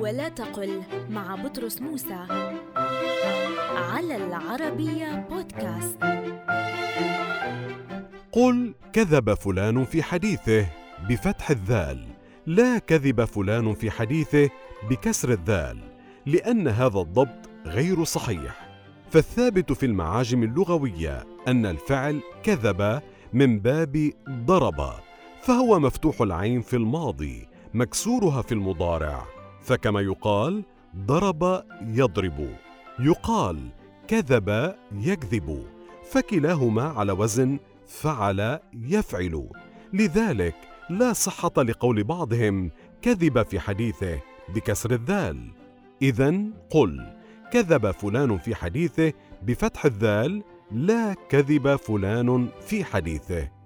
ولا تقل مع بطرس موسى على العربية بودكاست. قل كذب فلان في حديثه بفتح الذال، لا كذب فلان في حديثه بكسر الذال، لأن هذا الضبط غير صحيح. فالثابت في المعاجم اللغوية أن الفعل كذب من باب ضرب، فهو مفتوح العين في الماضي مكسورها في المضارع، فكما يقال ضرب يضرب يقال كذب يكذب، فكلاهما على وزن فعل يفعل. لذلك لا صحة لقول بعضهم كذب في حديثه بكسر الذال. إذن قل كذب فلان في حديثه بفتح الذال، لا كذب فلان في حديثه.